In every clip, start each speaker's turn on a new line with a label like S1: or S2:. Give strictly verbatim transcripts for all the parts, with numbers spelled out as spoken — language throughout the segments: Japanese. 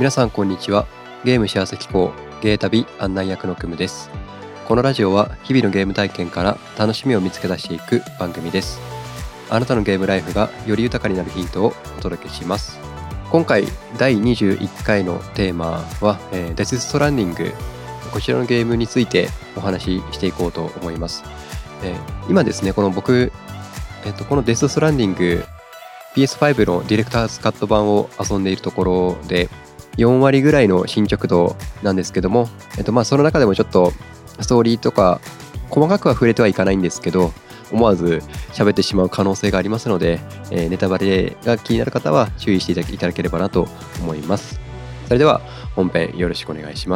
S1: 皆さんこんにちは。ゲーム幸せ機構ゲー旅案内役のクムです。このラジオは日々のゲーム体験から楽しみを見つけ出していく番組です。あなたのゲームライフがより豊かになるヒントをお届けします。今回だいにじゅういっかいのテーマは、えー、デスストランディング、こちらのゲームについてお話ししていこうと思います。えー、今ですねこの僕、えー、とこのデスストランディング ピーエスファイブ のディレクターズカット版を遊んでいるところでよんわりぐらいの進捗度なんですけども、えっとまあその中でもちょっとストーリーとか細かくは触れてはいかないんですけど、思わず喋ってしまう可能性がありますので、えー、ネタバレが気になる方は注意していただければなと思います。それでは本編よろしくお願いします。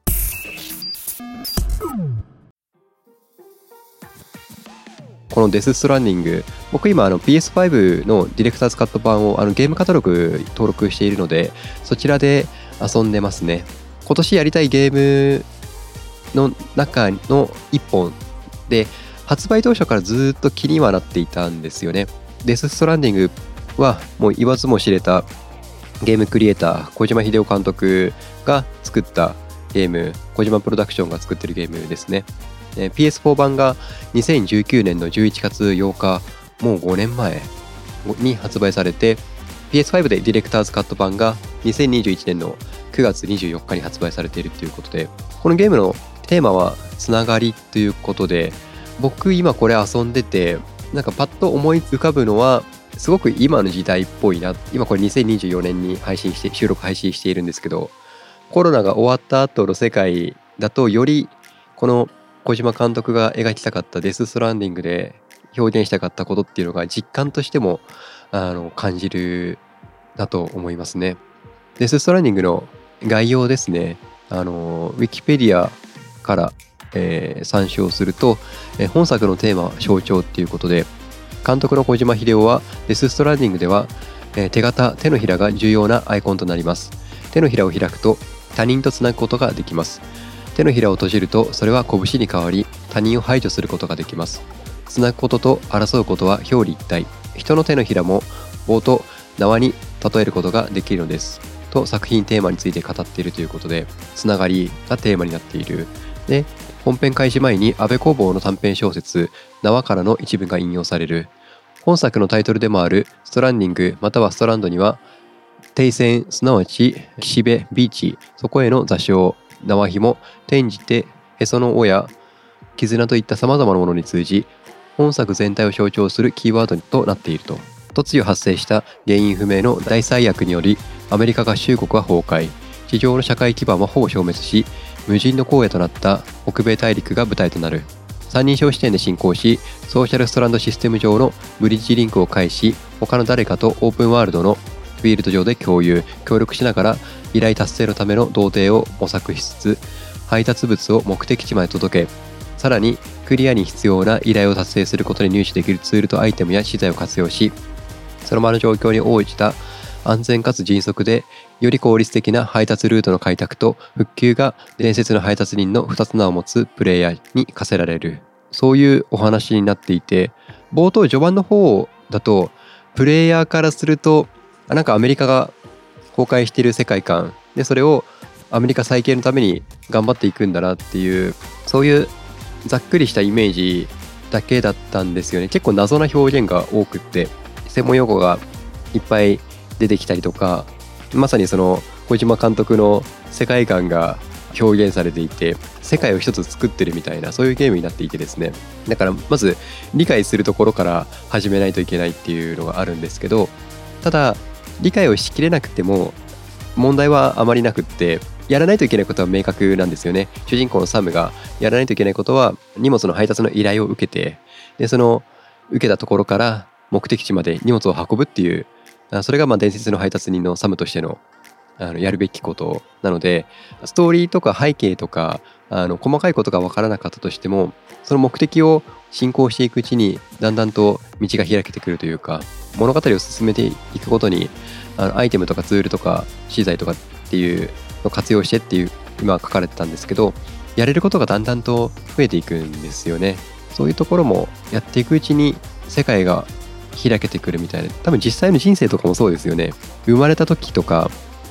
S1: このデスストランディング、僕今あの ピーエスファイブ のディレクターズカット版をあのゲームカタログ登録しているので、そちらで遊んでますね。今年やりたいゲームの中のいっぽんで、発売当初からずっと気にはなっていたんですよね。デスストランディングはもう言わずも知れたゲームクリエイター小島秀夫監督が作ったゲーム、小島プロダクションが作ってるゲームですね。ピーエスフォー 版がにせんじゅうきゅうねんのじゅういちがつようか、もうごねんまえに発売されて、 ピーエスファイブ でディレクターズカット版がにせんにじゅういちねんのくがつにじゅうよっかに発売されているということで、このゲームのテーマはつながりということで、僕今これ遊んでてなんかパッと思い浮かぶのは、すごく今の時代っぽいな。今これにせんにじゅうよねんに配信して収録配信しているんですけど、コロナが終わった後の世界だとよりこの小島監督が描きたかったデスストランディングで表現したかったことっていうのが実感としてもあの感じるなと思いますね。デスストランディングの概要ですね。あのウィキペディアから、えー、参照すると、えー、本作のテーマは象徴っていうことで、監督の小島秀夫はデスストランディングでは、えー、手形手のひらが重要なアイコンとなります。手のひらを開くと他人とつなぐことができます。手のひらを閉じるとそれは拳に変わり、他人を排除することができます。つなぐことと争うことは表裏一体。人の手のひらも棒と縄に例えることができるのですと作品テーマについて語っているということで、つながりがテーマになっている。で、本編開始前に安部公房の短編小説縄からの一部が引用される。本作のタイトルでもあるストランディングまたはストランドには、停戦すなわち岸辺ビーチ、そこへの座礁、縄紐、転じてへその緒や絆といった様々なものに通じ、本作全体を象徴するキーワードとなっていると。突如発生した原因不明の大災悪によりアメリカ合衆国は崩壊、地上の社会基盤はほぼ消滅し、無人の荒野となった北米大陸が舞台となる。三人称視点で進行し、ソーシャルストランドシステム上のブリッジリンクを介し、他の誰かとオープンワールドのフィールド上で共有協力しながら依頼達成のための童貞を模索しつつ、配達物を目的地まで届け、さらにクリアに必要な依頼を達成することに入手できるツールとアイテムや資材を活用し、その場の状況に応じた安全かつ迅速でより効率的な配達ルートの開拓と復旧が伝説の配達人のふたつ名を持つプレイヤーに課せられる、そういうお話になっていて、冒頭序盤の方だとプレイヤーからするとなんかアメリカが崩壊している世界観で、それをアメリカ再建のために頑張っていくんだなっていう、そういうざっくりしたイメージだけだったんですよね。結構謎な表現が多くって、専門用語がいっぱい出てきたりとか、まさにその小島監督の世界観が表現されていて、世界を一つ作ってるみたいな、そういうゲームになっていてですね。だからまず理解するところから始めないといけないっていうのがあるんですけど、ただ理解をしきれなくても問題はあまりなくって、やらないといけないことは明確なんですよね。主人公のサムがやらないといけないことは、荷物の配達の依頼を受けて、でその受けたところから目的地まで荷物を運ぶっていう、それがまあ伝説の配達人のサムとしてのあのやるべきことなので、ストーリーとか背景とかあの細かいことが分からなかったとしても、その目的を進行していくうちにだんだんと道が開けてくるというか、物語を進めていくことにあのアイテムとかツールとか資材とかっていうのを活用してっていう今は書かれてたんですけど、やれることがだんだんと増えていくんですよね。そういうところもやっていくうちに世界が開けてくるみたいな、多分実際の人生とかもそうですよね。生まれた時とか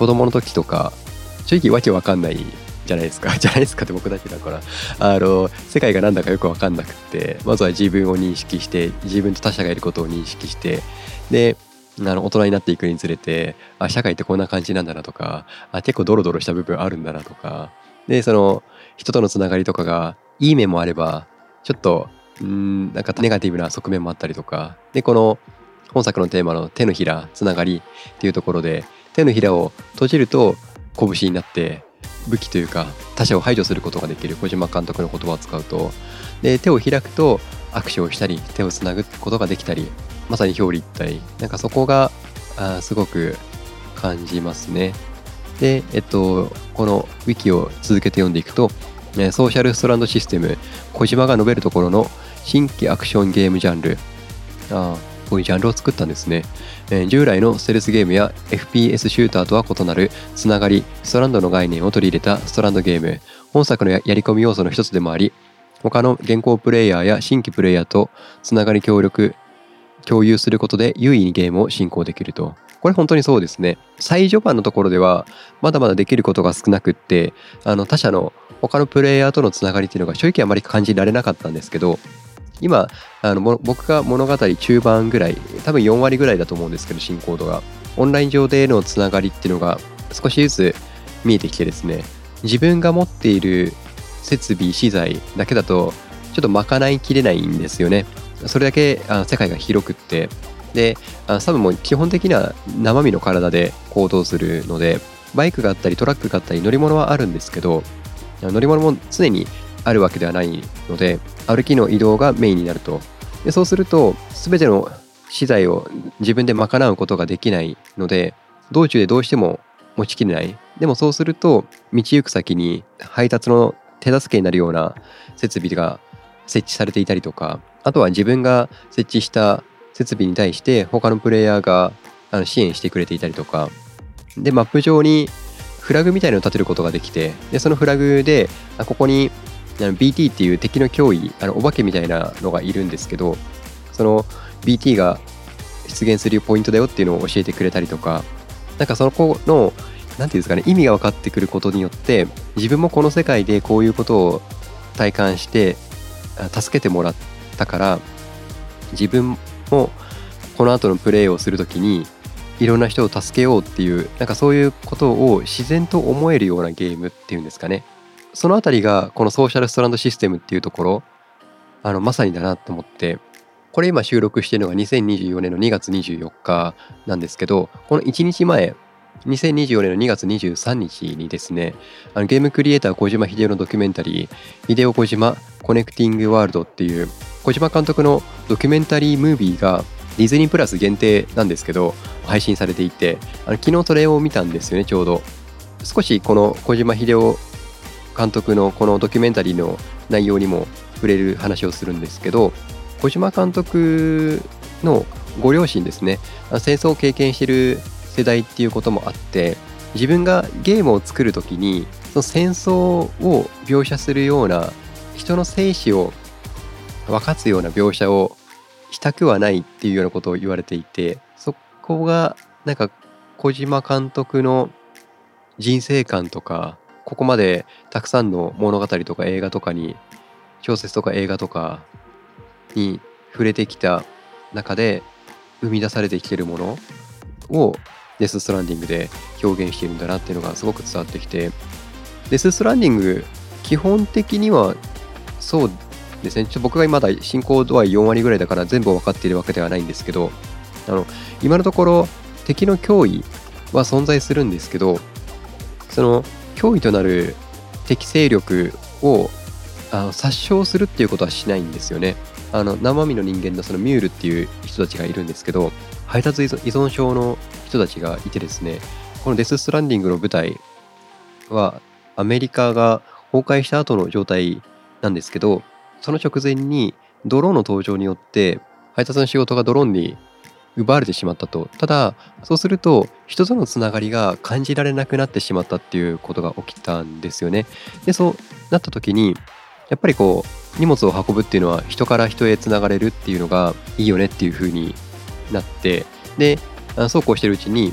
S1: 子供の時とか正直わけわかんないじゃないですかじゃないですかって僕だけだからあの世界がなんだかよくわかんなくって、まずは自分を認識して、自分と他者がいることを認識して、であの大人になっていくにつれて、あ社会ってこんな感じなんだなとか、あ結構ドロドロした部分あるんだなとか、でその人とのつながりとかがいい面もあればちょっとうーんなんかネガティブな側面もあったりとかで、この本作のテーマの手のひらつながりっていうところで、手のひらを閉じると拳になって武器というか他者を排除することができる小島監督の言葉を使うと、で手を開くと握手をしたり手をつなぐことができたり、まさに表裏一体、なんかそこがあすごく感じますね。でえっとこのウィキを続けて読んでいくと、ソーシャルストランドシステム小島が述べるところの新規アクションゲームジャンル、あこういうジャンルを作ったんですね。えー、従来のステルスゲームや エフピーエス シューターとは異なるつながり、ストランドの概念を取り入れたストランドゲーム、本作の や, やり込み要素の一つでもあり、他の現行プレイヤーや新規プレイヤーとつながり協力共有することで優位にゲームを進行できると。これ本当にそうですね。最序盤のところではまだまだできることが少なくって、あの他社の他のプレイヤーとのつながりっていうのが正直あまり感じられなかったんですけど、今あの僕が物語中盤ぐらい、多分よんわりぐらいだと思うんですけど、進行度がオンライン上でのつながりっていうのが少しずつ見えてきてですね、自分が持っている設備資材だけだとちょっと賄いきれないんですよね。それだけあ世界が広くって、であサブも基本的には生身の体で行動するので、バイクがあったりトラックがあったり乗り物はあるんですけど、乗り物も常にあるわけではないので、歩きの移動がメインになると。でそうすると全ての資材を自分で賄うことができないので、道中でどうしても持ちきれない。でもそうすると道行く先に配達の手助けになるような設備が設置されていたりとか、あとは自分が設置した設備に対して他のプレイヤーがあの支援してくれていたりとかで、マップ上にフラグみたいなのを立てることができて、でそのフラグであここにビーティー っていう敵の脅威、あのお化けみたいなのがいるんですけど、その ビーティー が出現するポイントだよっていうのを教えてくれたりとか、なんかその子のなんていうんですかね、意味が分かってくることによって自分もこの世界でこういうことを体感して助けてもらったから、自分もこの後のプレイをするときにいろんな人を助けようっていう、なんかそういうことを自然と思えるようなゲームっていうんですかね。そのあたりがこのソーシャルストランドシステムっていうところ、あのまさにだなと思って、これ今収録しているのがにせんにじゅうよねんのにがつにじゅうよっかなんですけど、このいちにちまえにせんにじゅうよねんのにがつにじゅうさんにちにですね、あのゲームクリエイター小島秀夫のドキュメンタリー「秀夫小島コネクティングワールド」っていう小島監督のドキュメンタリームービーがディズニープラス限定なんですけど配信されていて、あの昨日それを見たんですよね。ちょうど少しこの小島秀夫監督のこのドキュメンタリーの内容にも触れる話をするんですけど、小島監督のご両親ですね、戦争を経験している世代っていうこともあって、自分がゲームを作るときにその戦争を描写するような、人の生死を分かつような描写をしたくはないっていうようなことを言われていて、そこがなんか小島監督の人生観とか、ここまでたくさんの物語とか映画とかに、小説とか映画とかに触れてきた中で生み出されてきているものをデス・ストランディングで表現しているんだなっていうのがすごく伝わってきて、デス・ストランディング基本的にはそうですね、ちょっと僕がまだ進行度合いよんわりぐらいだから全部分かっているわけではないんですけど、あの今のところ敵の脅威は存在するんですけど、その脅威となる敵勢力をあの殺傷するっていうことはしないんですよね。あの生身の人間のそのミュールっていう人たちがいるんですけど、配達依存症の人たちがいてですね、このデス・ストランディングの舞台はアメリカが崩壊した後の状態なんですけど、その直前にドローンの登場によって配達の仕事がドローンに奪われてしまったと。ただそうすると人とのつながりが感じられなくなってしまったっていうことが起きたんですよね。でそうなった時にやっぱりこう荷物を運ぶっていうのは人から人へつながれるっていうのがいいよねっていう風になって、でそうこうしてるうちに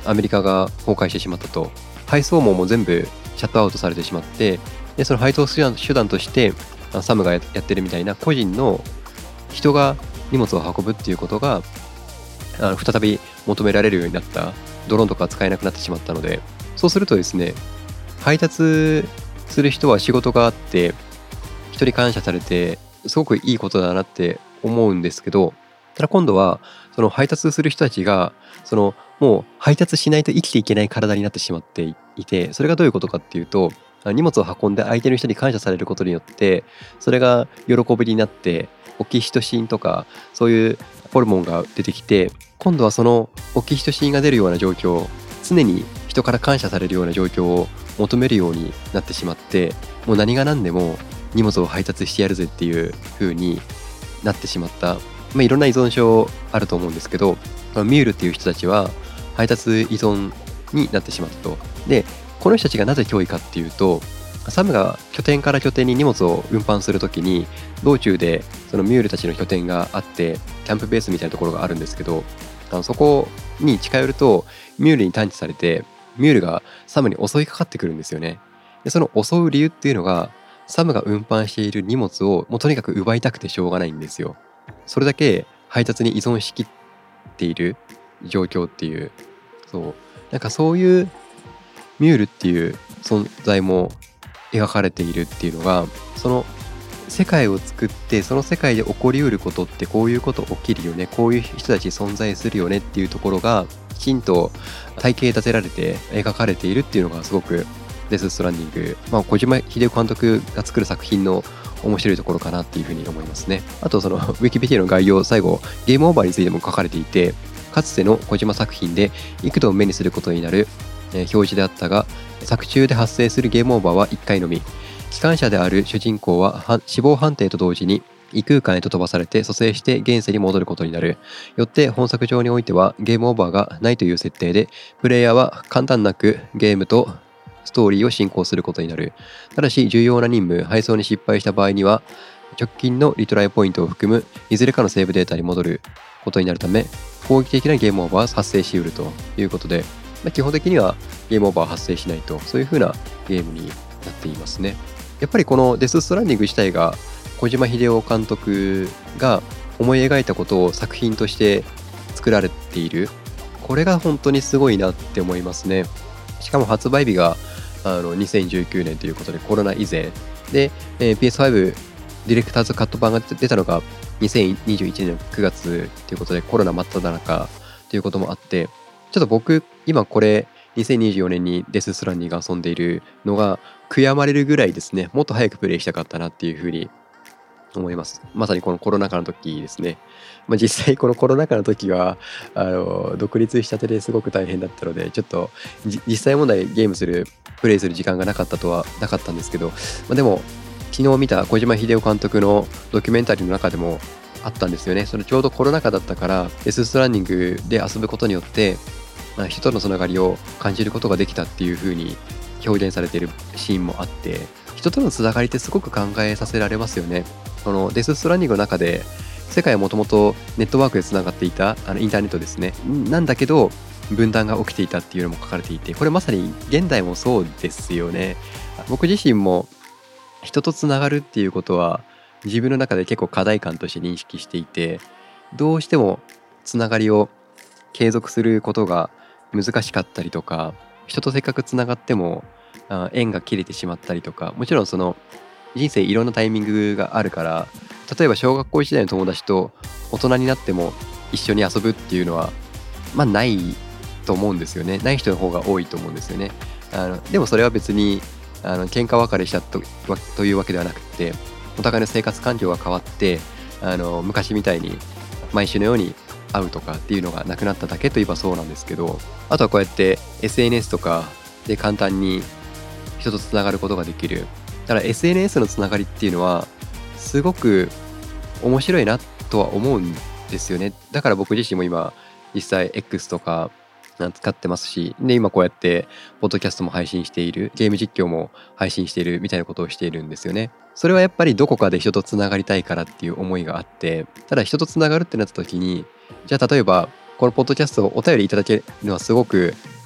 S1: アメリカが崩壊してしまったと。配送網も全部シャットアウトされてしまって、でその配送手段手段としてサムがやってるみたいな個人の人が荷物を運ぶっていうことがあの再び求められるようになった。ドローンとか使えなくなってしまったので、そうするとですね、配達する人は仕事があって人に感謝されてすごくいいことだなって思うんですけど、ただ今度はその配達する人たちがそのもう配達しないと生きていけない体になってしまっていて、それがどういうことかっていうと、荷物を運んで相手の人に感謝されることによってそれが喜びになってオキシトシンとかそういうホルモンが出てきて、今度はそのオキシトシンが出るような状況、常に人から感謝されるような状況を求めるようになってしまって、もう何が何でも荷物を配達してやるぜっていう風になってしまった、まあ、いろんな依存症あると思うんですけど、ミュールっていう人たちは配達依存になってしまったと。でこの人たちがなぜ脅威かっていうと、サムが拠点から拠点に荷物を運搬するときに道中でそのミュールたちの拠点があってキャンプベースみたいなところがあるんですけど、あのそこに近寄るとミュールに探知されてミュールがサムに襲いかかってくるんですよね。でその襲う理由っていうのが、サムが運搬している荷物をもうとにかく奪いたくてしょうがないんですよ。それだけ配達に依存しきっている状況っていう、そうなんかそういうミュールっていう存在も描かれているっていうのが、その世界を作ってその世界で起こりうることってこういうこと起きるよね、こういう人たち存在するよねっていうところがきちんと体系立てられて描かれているっていうのがすごくデス・ストランディング、まあ、小島秀夫監督が作る作品の面白いところかなっていうふうに思いますね。あとそのウィキペディアの概要、最後ゲームオーバーについても書かれていて、かつての小島作品で幾度目にすることになる表示であったが、作中で発生するゲームオーバーはいっかいのみ。機関車である主人公は死亡判定と同時に異空間へと飛ばされて蘇生して現世に戻ることになる。よって本作上においてはゲームオーバーがないという設定で、プレイヤーは簡単なくゲームとストーリーを進行することになる。ただし重要な任務、配送に失敗した場合には直近のリトライポイントを含むいずれかのセーブデータに戻ることになるため、攻撃的なゲームオーバーは発生しうるということで、まあ、基本的にはゲームオーバーは発生しないと、そういう風なゲームになっていますね。やっぱりこのデス・ストランディング自体が小島秀夫監督が思い描いたことを作品として作られている、これが本当にすごいなって思いますね。しかも発売日があのにせんじゅうきゅうねんということでコロナ以前で、えー、ピーエスファイブ ディレクターズカット版が出たのがにせんにじゅういちねんのくがつということで、コロナ真っ只中ということもあって、ちょっと僕今これにせんにじゅうよねんにデス・ストランディングが遊んでいるのが悔やまれるぐらいですね。もっと早くプレイしたかったなっていうふうに思います。まさにこのコロナ禍の時ですね。まあ、実際このコロナ禍の時はあの独立したてですごく大変だったので、ちょっと実際問題ゲームするプレイする時間がなかったとはなかったんですけど、まあ、でも昨日見た小島秀夫監督のドキュメンタリーの中でもあったんですよね。それちょうどコロナ禍だったから、デス・ストランディングで遊ぶことによって人とのつながりを感じることができたっていう風に表現されているシーンもあって、人とのつながりってすごく考えさせられますよね。このデス・ストランディングの中で世界はもともとネットワークでつながっていたあのインターネットですね。なんだけど分断が起きていたっていうのも書かれていて、これまさに現代もそうですよね。僕自身も人とつながるっていうことは自分の中で結構課題感として認識していて、どうしてもつながりを継続することが難しかったりとか、人とせっかくつながってもあ縁が切れてしまったりとか、もちろんその人生いろんなタイミングがあるから、例えば小学校時代の友達と大人になっても一緒に遊ぶっていうのはまあないと思うんですよね。ない人の方が多いと思うんですよね。あのでもそれは別にあの喧嘩別れした と, というわけではなくて、お互いの生活環境が変わってあの昔みたいに毎週のように会うとかっていうのがなくなっただけといえばそうなんですけど、あとはこうやって エスエヌエス とかで簡単に人とつながることができる。だから エスエヌエス のつながりっていうのはすごく面白いなとは思うんですよね。だから僕自身も今実際 X とか使ってますし、で今こうやってポッドキャストも配信している、ゲーム実況も配信しているみたいなことをしているんですよね。それはやっぱりどこかで人とつながりたいからっていう思いがあって、ただ人とつながるってなった時に、じゃあ例えばこのポッドキャストをお便りいただけるのはすごく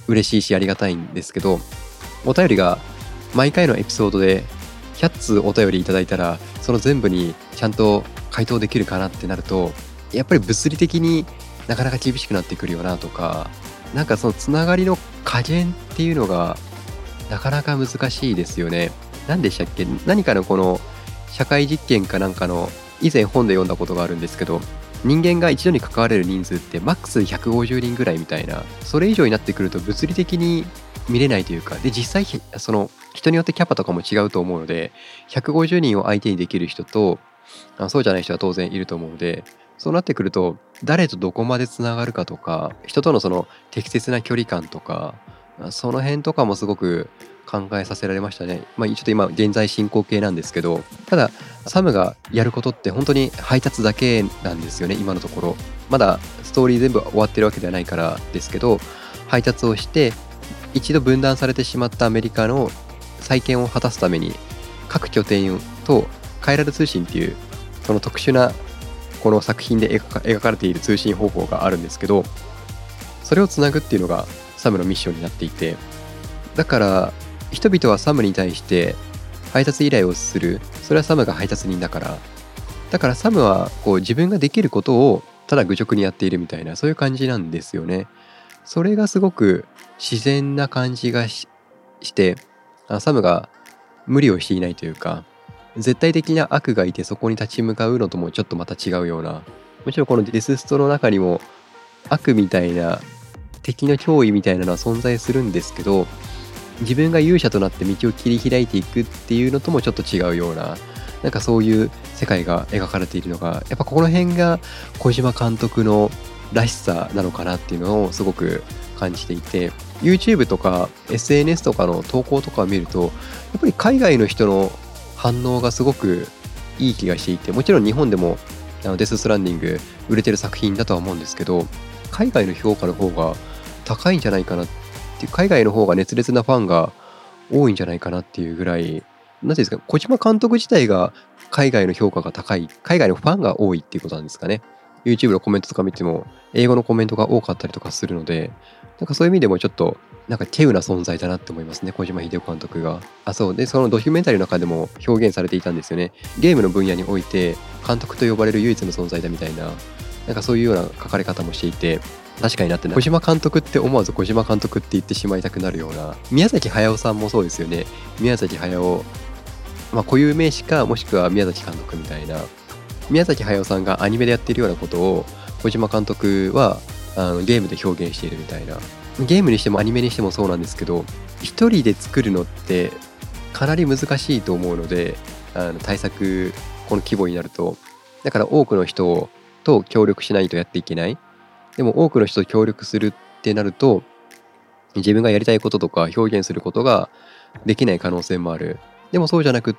S1: 嬉しいしありがたいんですけど、お便りが毎回のエピソードでひゃっつうお便りいただいたら、その全部にちゃんと回答できるかなってなると、やっぱり物理的になかなか厳しくなってくるよなとか、なんかそのつながりの加減っていうのがなかなか難しいですよね。何でしたっけ、何かのこの社会実験かなんかの以前本で読んだことがあるんですけど、人間が一度に関われる人数ってマックスひゃくごじゅうにんぐらいみたいな、それ以上になってくると物理的に見れないというか、で実際その人によってキャパとかも違うと思うので、ひゃくごじゅうにんを相手にできる人とそうじゃない人は当然いると思うので、そうなってくると誰とどこまでつながるかとか、人とのその適切な距離感とか、その辺とかもすごく考えさせられましたね。まあちょっと今現在進行形なんですけど、ただサムがやることって本当に配達だけなんですよね、今のところ。まだストーリー全部終わってるわけではないからですけど、配達をして一度分断されてしまったアメリカの再建を果たすために、各拠点とカイラル通信っていうその特殊なこの作品で描かれている通信方法があるんですけど、それをつなぐっていうのがサムのミッションになっていて、だから人々はサムに対して配達依頼をする。それはサムが配達人だから。だからサムはこう自分ができることをただ愚直にやっているみたいな、そういう感じなんですよね。それがすごく自然な感じが し, してあサムが無理をしていないというか、絶対的な悪がいてそこに立ち向かうのともちょっとまた違うような、もちろんこのデスストの中にも悪みたいな敵の脅威みたいなのは存在するんですけど、自分が勇者となって道を切り開いていくっていうのともちょっと違うような、なんかそういう世界が描かれているのが、やっぱこの辺が小島監督のらしさなのかなっていうのをすごく感じていて、 YouTube とか エスエヌエス とかの投稿とかを見ると、やっぱり海外の人の反応がすごくいい気がしていて、もちろん日本でもあのデス・ストランディング売れてる作品だとは思うんですけど、海外の評価の方が高いんじゃないかなっていう、海外の方が熱烈なファンが多いんじゃないかなっていうぐらい、なんていうんですか、小島監督自体が海外の評価が高い、海外のファンが多いっていうことなんですかね。 YouTube のコメントとか見ても英語のコメントが多かったりとかするので、なんかそういう意味でもちょっとなんか稀有な存在だなって思いますね、小島秀夫監督が。あ、そうで、そのドキュメンタリーの中でも表現されていたんですよね。ゲームの分野において監督と呼ばれる唯一の存在だみたいな、なんかそういうような書かれ方もしていて、確かになってな、小島監督って思わず小島監督って言ってしまいたくなるような、宮崎駿さんもそうですよね。宮崎駿、まあ固有名詞かもしくは宮崎監督みたいな、宮崎駿さんがアニメでやっているようなことを小島監督はあのゲームで表現しているみたいな。ゲームにしてもアニメにしてもそうなんですけど、一人で作るのってかなり難しいと思うので、あの対策この規模になると、だから多くの人と協力しないとやっていけない。でも多くの人と協力するってなると、自分がやりたいこととか表現することができない可能性もある。でもそうじゃなくって、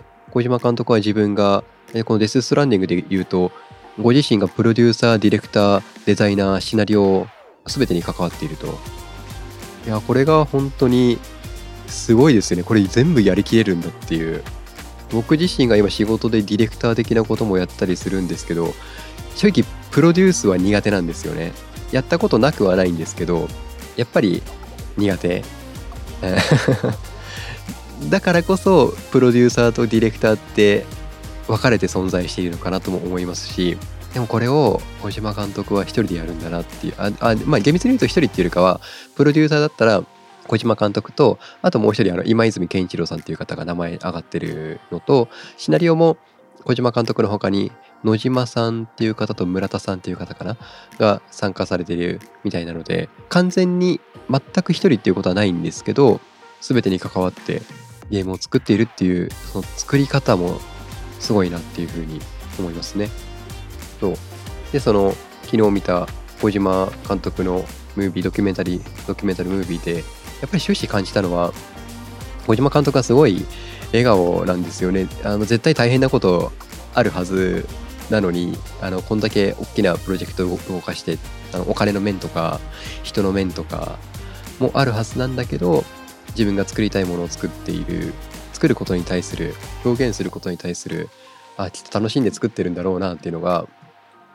S1: 小島監督は自分がこのデス・ストランディングで言うと、ご自身がプロデューサー、ディレクター、デザイナー、シナリオ全てに関わっていると。いや、これが本当にすごいですよね。これ全部やりきれるんだっていう。僕自身が今仕事でディレクター的なこともやったりするんですけど、正直プロデュースは苦手なんですよね。やったことなくはないんですけど、やっぱり苦手だからこそプロデューサーとディレクターって分かれて存在しているのかなとも思いますし、でもこれを小島監督は一人でやるんだなっていう、ああまあ厳密に言うと一人っていうよりかは、プロデューサーだったら小島監督と、あともう一人あの今泉健一郎さんっていう方が名前上がってるのと、シナリオも小島監督の他に野島さんっていう方と村田さんっていう方かなが参加されているみたいなので、完全に全く一人っていうことはないんですけど、全てに関わってゲームを作っているっていう、その作り方もすごいなっていうふうに思いますね。そうで、その昨日見た小島監督のムービー、ドキュメンタリードキュメンタリームービーでやっぱり終始感じたのは、小島監督はすごい笑顔なんですよね。あの絶対大変なことあるはずなのに、あのこんだけ大きなプロジェクトを動かして、あのお金の面とか人の面とかもあるはずなんだけど、自分が作りたいものを作っている、作ることに対する、表現することに対する、あ、きっと楽しんで作ってるんだろうなっていうのが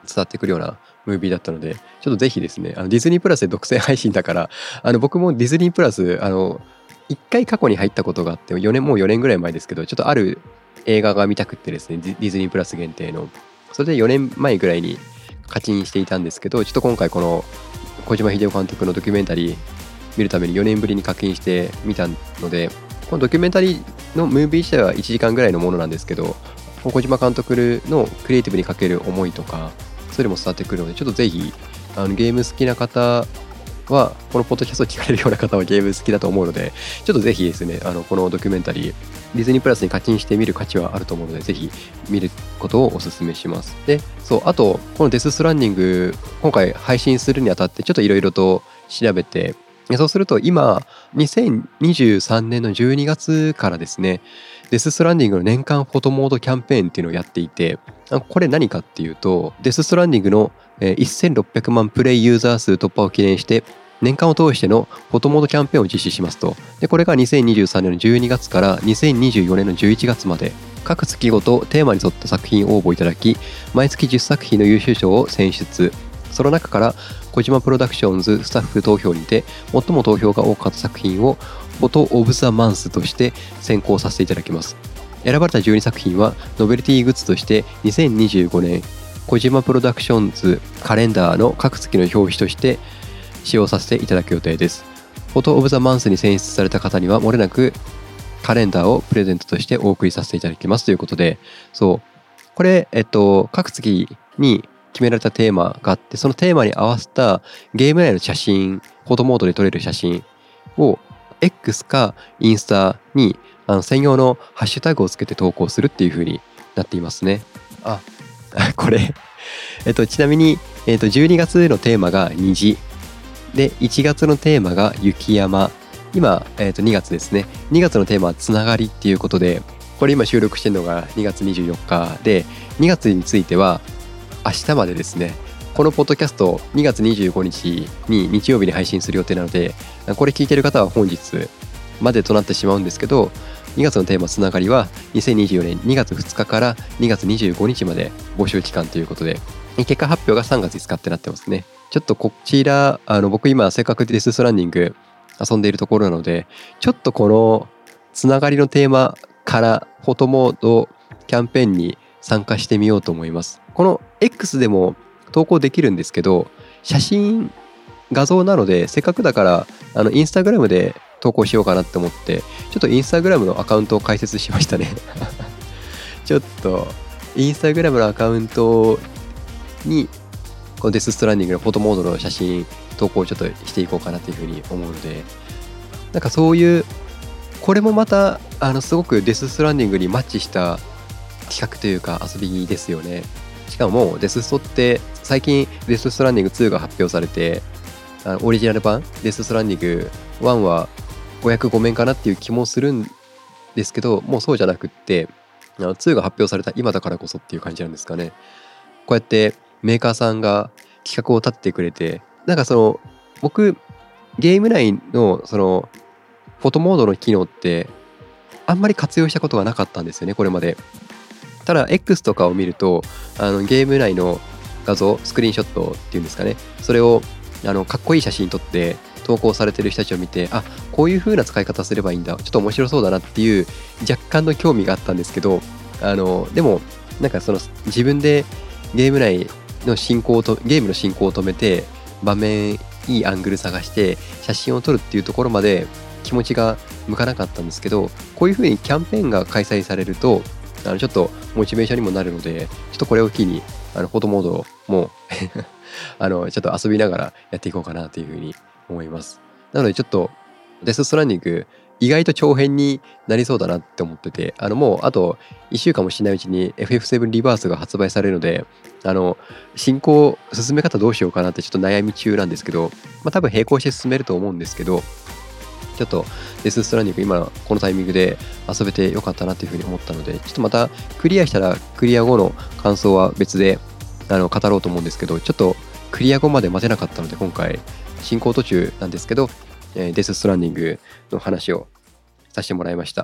S1: わってくるようなムービーだったので、ちょっとぜひですね、あのディズニープラスで独占配信だから、あの僕もディズニープラス、あのいっかい過去に入ったことがあって、よねんもうよねんぐらい前ですけど、ちょっとある映画が見たくってですね、ディズニープラス限定の、それでよねんまえぐらいに課金していたんですけど、ちょっと今回この小島秀夫監督のドキュメンタリー見るためによねんぶりに課金してみたので、このドキュメンタリーのムービー自体はいちじかんぐらいのものなんですけど、小島監督のクリエイティブにかける思いとか、それも伝わってくるので、ちょっとぜひあのゲーム好きな方は、このポッドキャストを聞かれるような方はゲーム好きだと思うので、ちょっとぜひですね、あのこのドキュメンタリー、ディズニープラスに課金してみる価値はあると思うので、ぜひ見ることをお勧めします。で、そう、あと、このデスストランディング、今回配信するにあたって、ちょっといろいろと調べて、そうすると今、にせんにじゅうさんねんのじゅうにがつからですね、デスストランディングの年間フォトモードキャンペーンっていうのをやっていて、これ何かっていうと、デスストランディングのせんろっぴゃくまんプレイユーザー数突破を記念して、年間を通してのフォトモードキャンペーンを実施しますと。で、これがにせんにじゅうさんねんのじゅうにがつからにせんにじゅうよねんのじゅういちがつまで、各月ごとテーマに沿った作品を応募いただき、毎月じゅっさく品の優秀賞を選出。その中から小島プロダクションズスタッフ投票にて最も投票が多かった作品をフォト・オブ・ザ・マンスとして選考させていただきます。選ばれたじゅうにさく品はノベルティグッズとしてにせんにじゅうごねん小島プロダクションズカレンダーの各月の表紙として使用させていただく予定です。フォト・オブ・ザ・マンスに選出された方にはもれなくカレンダーをプレゼントとしてお送りさせていただきますということで、そうこれえっと各月に決められたテーマがあって、そのテーマに合わせたゲーム内の写真、フォトモードで撮れる写真を X かインスタにあの専用のハッシュタグをつけて投稿するっていう風になっていますね。あ、これえっとちなみに、えっと、じゅうにがつのテーマが虹で、いちがつのテーマが雪山、今、えっと、にがつですね。にがつのテーマはつながりっていうことで、これ今収録してるのがにがつにじゅうよっかで、にがつについては明日までですね、このポッドキャストにがつにじゅうごにちに日曜日に配信する予定なので、これ聞いてる方は本日までとなってしまうんですけど、にがつのテーマつながりはにせんにじゅうよねんにがつふつかからにがつにじゅうごにちまで募集期間ということで、結果発表がさんがついつかってなってますね。ちょっとこちら、あの僕今せっかくデスストランディング遊んでいるところなので、ちょっとこのつながりのテーマからフォトモードキャンペーンに参加してみようと思います。この X でも投稿できるんですけど、写真画像なのでせっかくだからあのインスタグラムで投稿しようかなって思って、ちょっとインスタグラムのアカウントを開設しましたねちょっとインスタグラムのアカウントにこのデスストランディングのフォトモードの写真投稿をちょっとしていこうかなというふうに思うので、なんかそういうこれもまたあのすごくデスストランディングにマッチした企画というか遊びですよね。しかももうデスストって最近デスストランディングツーが発表されて、あのオリジナル版デスストランディングワンはごひゃくごめんかなっていう気もするんですけど、もうそうじゃなくってあのツーが発表された今だからこそっていう感じなんですかね。こうやってメーカーさんが企画を立ててくれて、なんかその僕ゲーム内のそのフォトモードの機能ってあんまり活用したことがなかったんですよね、これまで。ただ X とかを見るとあのゲーム内の画像スクリーンショットっていうんですかね、それをあのかっこいい写真撮って投稿されてる人たちを見て、あ、こういう風な使い方すればいいんだ、ちょっと面白そうだなっていう若干の興味があったんですけど、あのでもなんかその自分でゲーム内の進行とゲームの進行を止めて場面いいアングル探して写真を撮るっていうところまで気持ちが向かなかったんですけど、こういう風にキャンペーンが開催されるとあのちょっとモチベーションにもなるので、ちょっとこれを機にあのフォトモードもあのちょっと遊びながらやっていこうかなという風に思います。なのでちょっとデスストランディング意外と長編になりそうだなって思ってて、あのもうあといっしゅうかんもしないうちに エフエフセブン リバースが発売されるので、あの進行進め方どうしようかなってちょっと悩み中なんですけど、まあ多分並行して進めると思うんですけど、ちょっとデスストランディング今このタイミングで遊べてよかったなっていうふうに思ったので、ちょっとまたクリアしたらクリア後の感想は別であの語ろうと思うんですけど、ちょっとクリア後まで待てなかったので今回進行途中なんですけど、えーデスストランディングの話をさせてもらいました。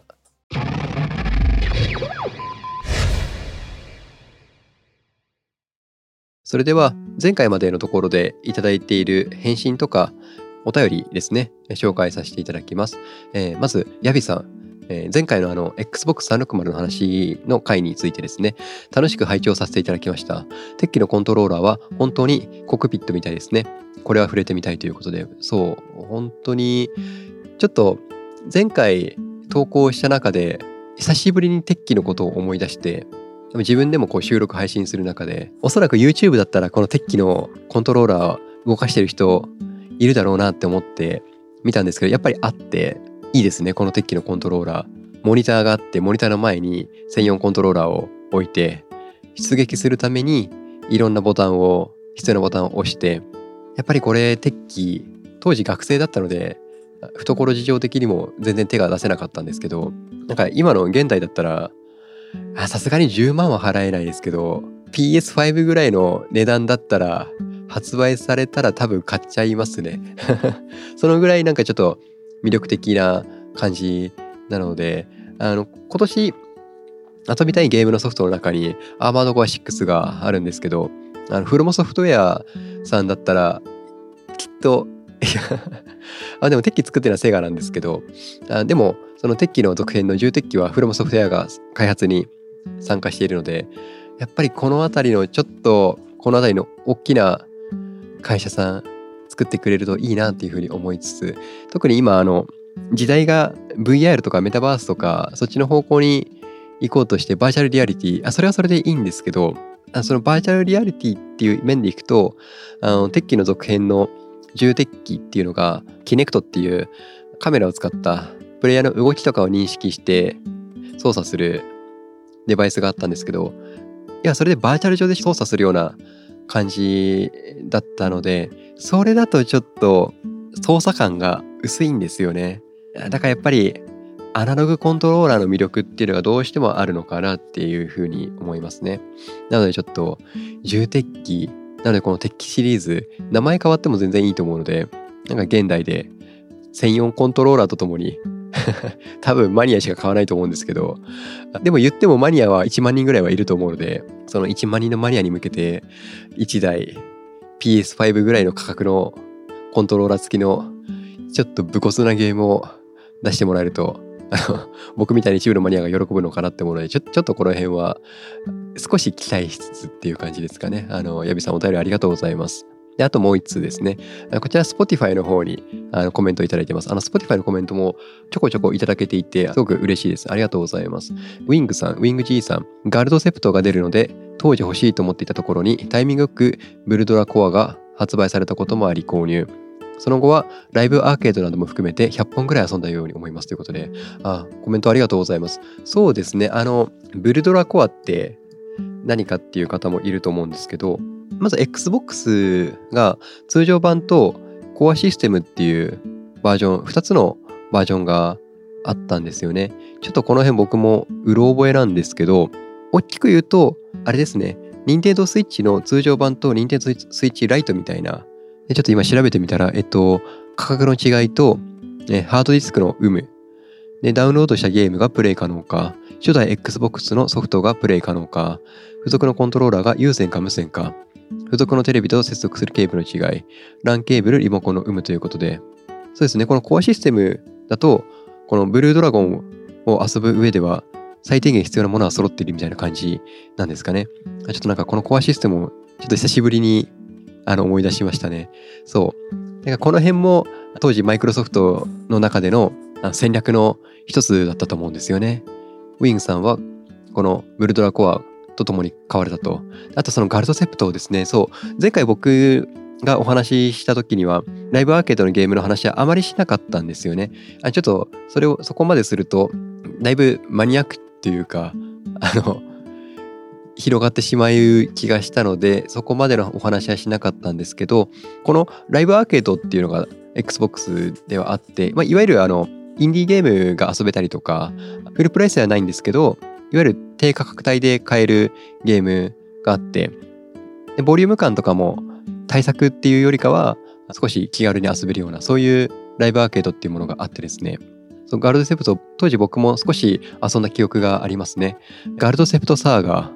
S1: それでは前回までのところでいただいている返信とかお便りですね、紹介させていただきます。えー、まずヤビさん、えー、前回のあの エックスボックスさんびゃくろくじゅう の話の回についてですね、楽しく拝聴させていただきました。テッキのコントローラーは本当にコックピットみたいですね。これは触れてみたいということで、そう本当にちょっと前回投稿した中で久しぶりにテッキのことを思い出して、自分でもこう収録配信する中で、おそらく YouTube だったらこのテッキのコントローラー動かしてる人いるだろうなって思って見たんですけど、やっぱりあっていいですね。このテッキのコントローラー、モニターがあって、モニターの前に専用コントローラーを置いて、出撃するためにいろんなボタンを必要なボタンを押して、やっぱりこれテッキ当時学生だったので懐事情的にも全然手が出せなかったんですけど、なんか今の現代だったらさすがにじゅうまんは払えないですけど ピーエスファイブ ぐらいの値段だったら発売されたら多分買っちゃいますねそのぐらいなんかちょっと魅力的な感じなので、あの今年遊びたいゲームのソフトの中にアーマードコアシックスがあるんですけど、あのフロモソフトウェアさんだったらきっとあでもテッキ作ってるのはセガなんですけど、あでもそのテッキの続編のじゅうテッキはフロモソフトウェアが開発に参加しているので、やっぱりこの辺りのちょっとこの辺りの大きな会社さん作ってくれるといいなっていうふうに思いつつ、特に今あの時代が ブイアール とかメタバースとかそっちの方向に行こうとして、バーチャルリアリティ、あそれはそれでいいんですけど、あそのバーチャルリアリティっていう面でいくと、あのテッキの続編のじゅうテッキっていうのがキネクトっていうカメラを使ったプレイヤーの動きとかを認識して操作するデバイスがあったんですけど、いやそれでバーチャル上で操作するような感じだったので、それだとちょっと操作感が薄いんですよね。だからやっぱりアナログコントローラーの魅力っていうのがどうしてもあるのかなっていうふうに思いますね。なのでちょっとじゅうテッキ、なのでこのテッキシリーズ名前変わっても全然いいと思うので、なんか現代で専用コントローラーとともに多分マニアしか買わないと思うんですけど、でも言ってもマニアはいちまんにんぐらいはいると思うので、そのいちまんにんのマニアに向けていちだい ピーエスファイブ ぐらいの価格のコントローラー付きのちょっと武骨なゲームを出してもらえると、あの僕みたいに一部のマニアが喜ぶのかなって思うので、ちょ、ちょっとこの辺は少し期待しつつっていう感じですかね。あのヤビさんお便りありがとうございます。であともう一通ですね。こちら Spotify の方にあのコメントいただいてます。あの Spotify のコメントもちょこちょこいただけていてすごく嬉しいです。ありがとうございます。ウィングさん、ウィング G さん、ガルドセプトが出るので当時欲しいと思っていたところにタイミングよくブルドラコアが発売されたこともあり購入。その後はライブアーケードなども含めてひゃっぽんぐらい遊んだように思いますということで、あ、コメントありがとうございます。そうですね、あのブルドラコアって何かっていう方もいると思うんですけど、まず Xbox が通常版とコアシステムっていうバージョンふたつのバージョンがあったんですよね。ちょっとこの辺僕もうろ覚えなんですけど、大きく言うとあれですね、Nintendo Switch の通常版と Nintendo Switch Lite みたいな、ちょっと今調べてみたら、えっと、価格の違いと、ね、ハードディスクの有無で、ダウンロードしたゲームがプレイ可能か、初代 Xbox のソフトがプレイ可能か、付属のコントローラーが有線か無線か、付属のテレビと接続するケーブルの違い、ラン ケーブル、リモコンの有無ということで、そうですね、このコアシステムだと、このブルードラゴンを遊ぶ上では、最低限必要なものは揃っているみたいな感じなんですかね。ちょっとなんかこのコアシステムをちょっと久しぶりにあの思い出しましたね。そう。だからこの辺も当時マイクロソフトの中での戦略の一つだったと思うんですよね。ウィングさんはこのブルドラコアとともに買われたと。あとそのガルドセプトですね。そう。前回僕がお話しした時にはライブアーケードのゲームの話はあまりしなかったんですよね。あ、ちょっとそれをそこまでするとだいぶマニアックっていうか、あの広がってしまう気がしたので、そこまでのお話はしなかったんですけど、このライブアーケードっていうのが Xbox ではあって、まあ、いわゆるあのインディーゲームが遊べたりとか、フルプライスではないんですけど、いわゆる低価格帯で買えるゲームがあって、でボリューム感とかも対策っていうよりかは少し気軽に遊べるような、そういうライブアーケードっていうものがあってですね、そのガルドセプト、当時僕も少し遊んだ記憶がありますね。ガルドセプトサーガ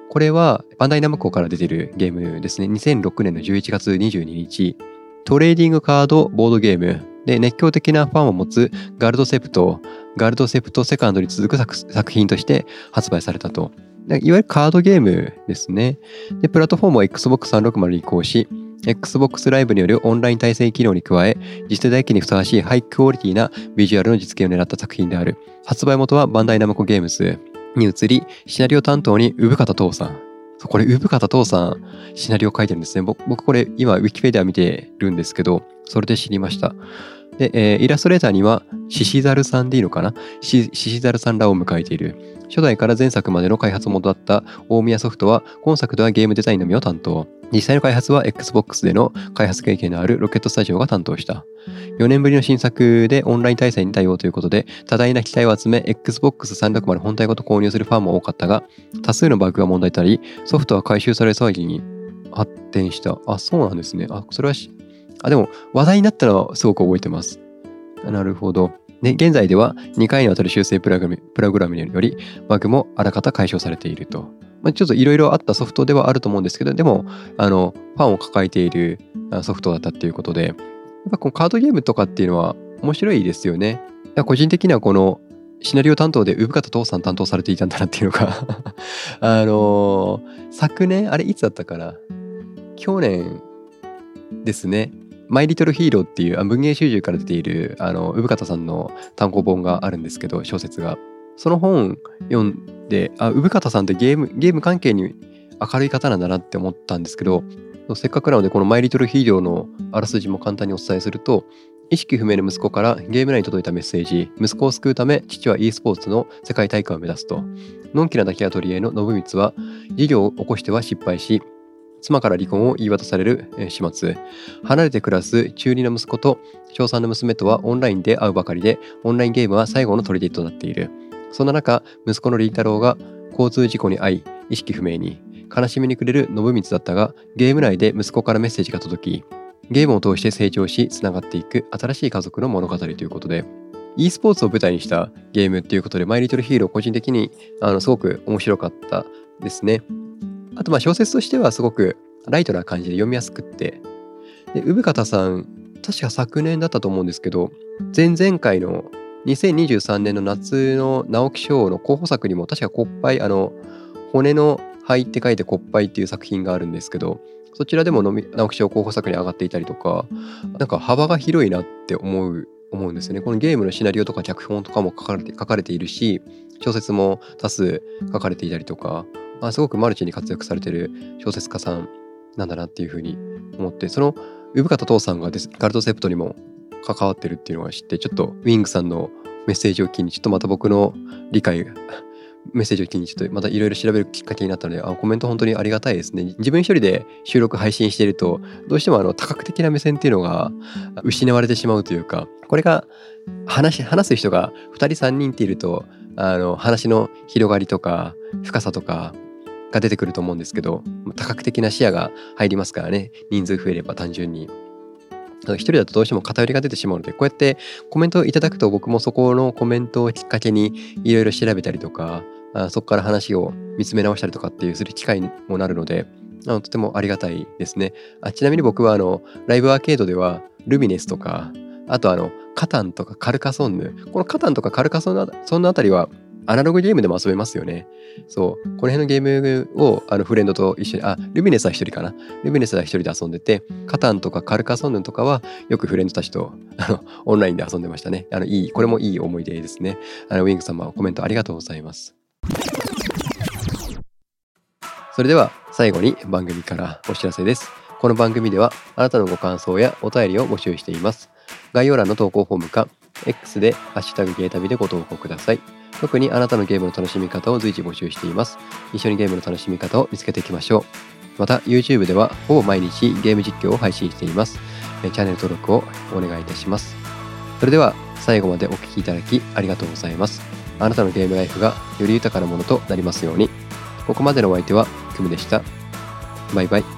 S1: これはバンダイナムコから出てるゲームですね。にせんろくねんのじゅういちがつにじゅうににち、トレーディングカードボードゲームで熱狂的なファンを持つガルドセプト、ガルドセプトセカンドに続く 作, 作品として発売されたと。いわゆるカードゲームですね。で、プラットフォームは エックスボックスさんびゃくろくじゅう に移行し、Xbox ライブによるオンライン対戦機能に加え、次世代機にふさわしいハイクオリティなビジュアルの実現を狙った作品である。発売元はバンダイナムコゲームズに移り、シナリオ担当に産方父さん。これ、産方父さん、シナリオ書いてるんですね。僕、僕これ、今、ウィキペディア見てるんですけど、それで知りました。で、えー、イラストレーターには、シシザルさんでいいのかなシシザルさんらを迎えている。初代から前作までの開発元だった大宮ソフトは、今作ではゲームデザインのみを担当。実際の開発は Xbox での開発経験のあるロケットスタジオが担当した。よねんぶりの新作でオンライン対戦に対応ということで、多大な期待を集め、Xbox さんびゃくろくじゅう本体ごと購入するファンも多かったが、多数のバグが問題となり、ソフトは回収され騒ぎに発展した。あ、そうなんですね。あ、それはし、あ、でも話題になったのはすごく覚えてます。なるほど。で、現在ではにかいにわたる修正プログラム、プログラムにより、バグもあらかた解消されていると。まあ、ちょっといろいろあったソフトではあると思うんですけど、でも、あの、ファンを抱えているソフトだったっていうことで、やっぱこのカードゲームとかっていうのは面白いですよね。個人的にはこのシナリオ担当で産方父さん担当されていたんだなっていうのがあのー、昨年、あれいつだったかな、去年ですね。マイリトルヒーローっていう文芸集中から出ているあの産方さんの単行本があるんですけど、小説が。その本読んで、あ、産方さんってゲーム、ゲーム関係に明るい方なんだなって思ったんですけど、せっかくなのでこのマイリトルヒーローのあらすじも簡単にお伝えすると、意識不明の息子からゲーム内に届いたメッセージ、息子を救うため父は e スポーツの世界大会を目指すと。のんきな抱きが取り柄の信光は事業を起こしては失敗し、妻から離婚を言い渡される始末。離れて暮らす中二の息子と小さんの娘とはオンラインで会うばかりで、オンラインゲームは最後の砦となっている。そんな中、息子の凛太郎が交通事故に遭い、意識不明に。悲しみに暮れる信光だったが、ゲーム内で息子からメッセージが届き、ゲームを通して成長し、つながっていく新しい家族の物語ということで、e スポーツを舞台にしたゲームっていうことで、マイリトルヒーロー個人的にあのすごく面白かったですね。あとまあ小説としてはすごくライトな感じで読みやすくって、で産方さん確か昨年だったと思うんですけど、前々回のにせんにじゅうさんねんの夏の直木賞の候補作にも確か骨灰、あの骨の灰って書いて骨灰っていう作品があるんですけど、そちらでも直木賞候補作に上がっていたりとか、なんか幅が広いなって思う思うんですよね。このゲームのシナリオとか脚本とかも書かれて書かれているし、小説も多数書かれていたりとか、まあ、すごくマルチに活躍されている小説家さんなんだなっていうふうに思って、その産方父さんがです、ガルドセプトにも関わってるっていうのを知って、ちょっとウィングさんのメッセージを機にちょっとまた僕の理解がメッセージを機にちょっとまたいろいろ調べるきっかけになったので、あ、コメント本当にありがたいですね。自分一人で収録配信していると、どうしてもあの多角的な目線っていうのが失われてしまうというか、これが話話す人がふたりさんにんっていると、あの話の広がりとか深さとかが出てくると思うんですけど、多角的な視野が入りますからね。人数増えれば単純に。一人だとどうしても偏りが出てしまうので、こうやってコメントをいただくと、僕もそこのコメントをきっかけにいろいろ調べたりとか、あそこから話を見つめ直したりとかっていうする機会にもなるので、あのとてもありがたいですね。あ、ちなみに僕はあのライブアーケードではルミネスとか、あとあのカタンとかカルカソンヌ、このカタンとかカルカソンヌ、そんなあたりはアナログゲームでも遊べますよね。そう、この辺のゲームをあのフレンドと一緒に、あ、ルミネスは一人かな。ルミネスは一人で遊んでて、カタンとかカルカソンヌとかはよくフレンドたちとあのオンラインで遊んでましたね。あのいい、これもいい思い出ですね。あのウィング様、コメントありがとうございます。それでは最後に番組からお知らせです。この番組ではあなたのご感想やお便りを募集しています。概要欄の投稿フォームか X でハッシュタグゲータビでご投稿ください。特にあなたのゲームの楽しみ方を随時募集しています。一緒にゲームの楽しみ方を見つけていきましょう。また YouTube ではほぼ毎日ゲーム実況を配信しています。チャンネル登録をお願いいたします。それでは最後までお聞きいただきありがとうございます。あなたのゲームライフがより豊かなものとなりますように。ここまでのお相手はクムでした。バイバイ。